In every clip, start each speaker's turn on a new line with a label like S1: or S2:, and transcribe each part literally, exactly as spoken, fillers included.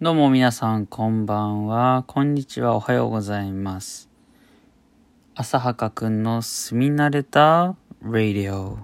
S1: どうも皆さんこんばんは、こんにちは、おはようございます。浅はかくんの住み慣れたラディオ。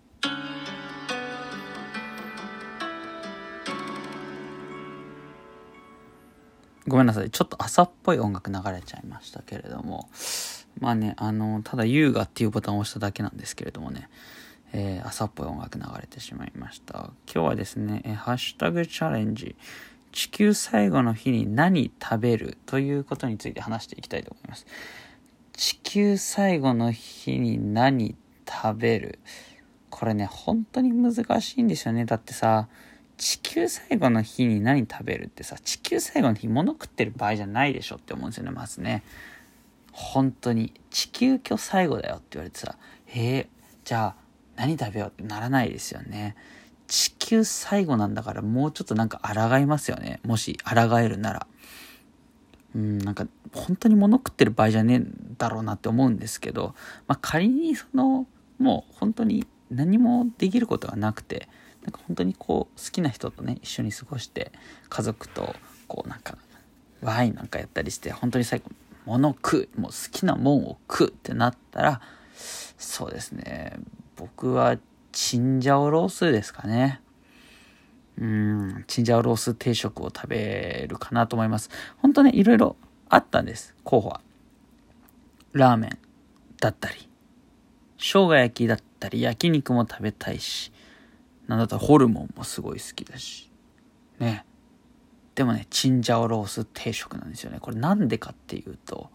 S1: ごめんなさい、ちょっと朝っぽい音楽流れちゃいましたけれども、まあね、あのただ優雅っていうボタンを押しただけなんですけれどもね、えー、朝っぽい音楽流れてしまいました。今日はですね、えー、ハッシュタグチャレンジ、地球最後の日に何食べるということについて話していきたいと思います。地球最後の日に何食べる、これね本当に難しいんですよね。だってさ、地球最後の日に何食べるってさ、地球最後の日物食ってる場合じゃないでしょって思うんですよね。まずね、本当に地球今日最後だよって言われてさ、へえじゃあ何食べようってならないですよね。地球最後なんだから、もうちょっとなんか抗いますよね。もし抗えるなら。うん、なんか本当に物食ってる場合じゃねえんだろうなって思うんですけど、まあ、仮にそのもう本当に何もできることがなくて、なんか本当にこう好きな人とね一緒に過ごして、家族とこうなんかワインなんかやったりして、本当に最後物食う、もう好きなもんを食うってなったら、そうですね、僕はチンジャオロースですかね。うーん、チンジャオロース定食を食べるかなと思います。本当ね、いろいろあったんです、候補は。ラーメンだったり、生姜焼きだったり、焼肉も食べたいし、なんだったらホルモンもすごい好きだしね。でもね、チンジャオロース定食なんですよね。これなんでかっていうと、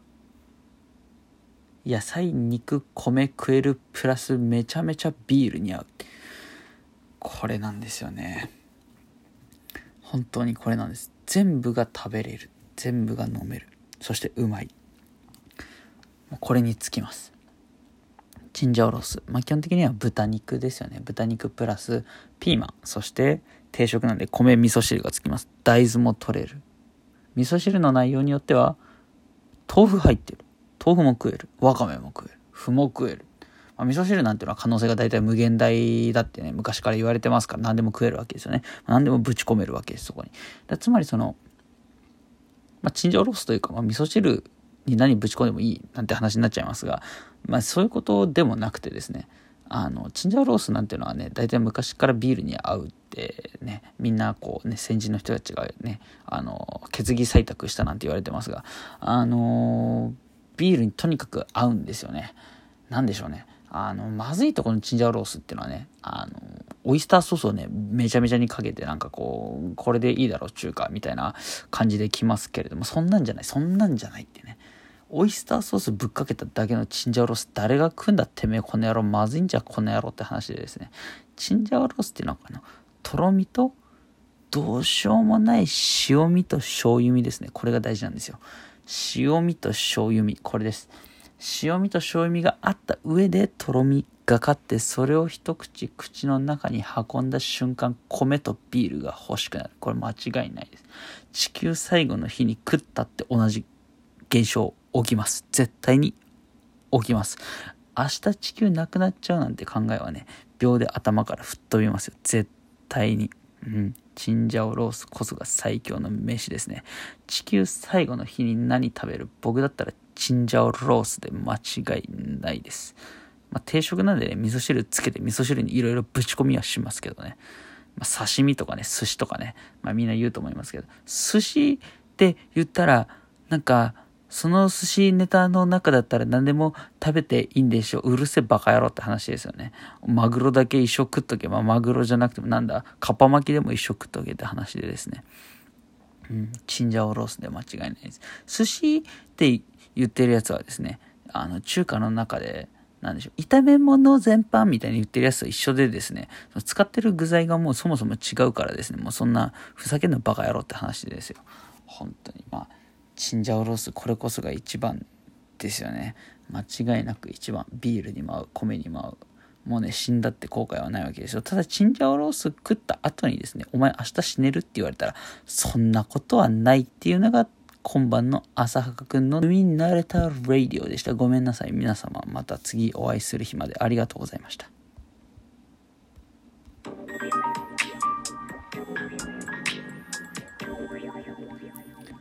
S1: 野菜、肉、米食えるプラスめちゃめちゃビールに合う、これなんですよね。本当にこれなんです。全部が食べれる、全部が飲める、そしてうまい、これにつきます。チンジャオロース、まあ、基本的には豚肉ですよね。豚肉プラスピーマン、そして定食なんで米味噌汁がつきます。大豆も取れる。味噌汁の内容によっては豆腐入ってる、豆腐も食える、わかめも食える、麩も食える、まあ、味噌汁なんていうのは可能性が大体無限大だってね、昔から言われてますから、何でも食えるわけですよね。何でもぶち込めるわけです、そこに。だつまりその、まあ、チンジャオロースというか、まあ、味噌汁に何ぶち込んでもいいなんて話になっちゃいますが、まあ、そういうことでもなくてですね、あのチンジャオロースなんていうのはね、大体昔からビールに合うってね、みんなこうね、先人の人たちがね、あの決議採択したなんて言われてますが、あのビールにとにかく合うんですよね。なんでしょうね、あのまずいところのチンジャオロースっていうのはね、あのオイスターソースをねめちゃめちゃにかけて、なんかこうこれでいいだろう中華みたいな感じできますけれども、そんなんじゃないそんなんじゃないってね。オイスターソースぶっかけただけのチンジャオロース誰が食うんだてめえこの野郎、まずいんじゃこの野郎って話でですね、チンジャオロースっていうのはこのとろみとどうしようもない塩味と醤油味ですね。これが大事なんですよ。塩味と醤油味、これです。塩味と醤油味があった上でとろみがかって、それを一口口の中に運んだ瞬間、米とビールが欲しくなる。これ間違いないです。地球最後の日に食ったって同じ現象起きます。絶対に起きます。明日地球なくなっちゃうなんて考えはね、秒で頭から吹っ飛びますよ。絶対に。うん。チンジャオロースこそが最強の飯ですね。地球最後の日に何食べる？僕だったらチンジャオロースで間違いないです。まあ、定食なんでね、味噌汁つけて味噌汁にいろいろぶち込みはしますけどね。まあ、刺身とかね、寿司とかね、まあみんな言うと思いますけど、寿司って言ったら、なんか、その寿司ネタの中だったら何でも食べていいんでしょ、うるせえバカ野郎って話ですよね。マグロだけ一生食っとけば、マグロじゃなくてもなんだカッパ巻きでも一生食っとけって話でですね、うん、チンジャオロースで間違いないです。寿司って言ってるやつはですね、あの中華の中でなんでしょう、炒め物全般みたいに言ってるやつと一緒でですね、使ってる具材がもうそもそも違うからですね、もうそんなふざけんなバカ野郎って話ですよ。本当に。まあチンジャオロース、これこそが一番ですよね。間違いなく一番。ビールにも合う、米にも合う。もうね、死んだって後悔はないわけですよ。ただチンジャオロース食った後にですね、お前明日死ねるって言われたら、そんなことはないっていうのが今晩の浅はかくんの住み慣れたラディオでした。ごめんなさい皆様、また次お会いする日までありがとうございました。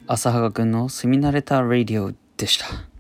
S1: 浅はがくんの住み慣れたラディオでした。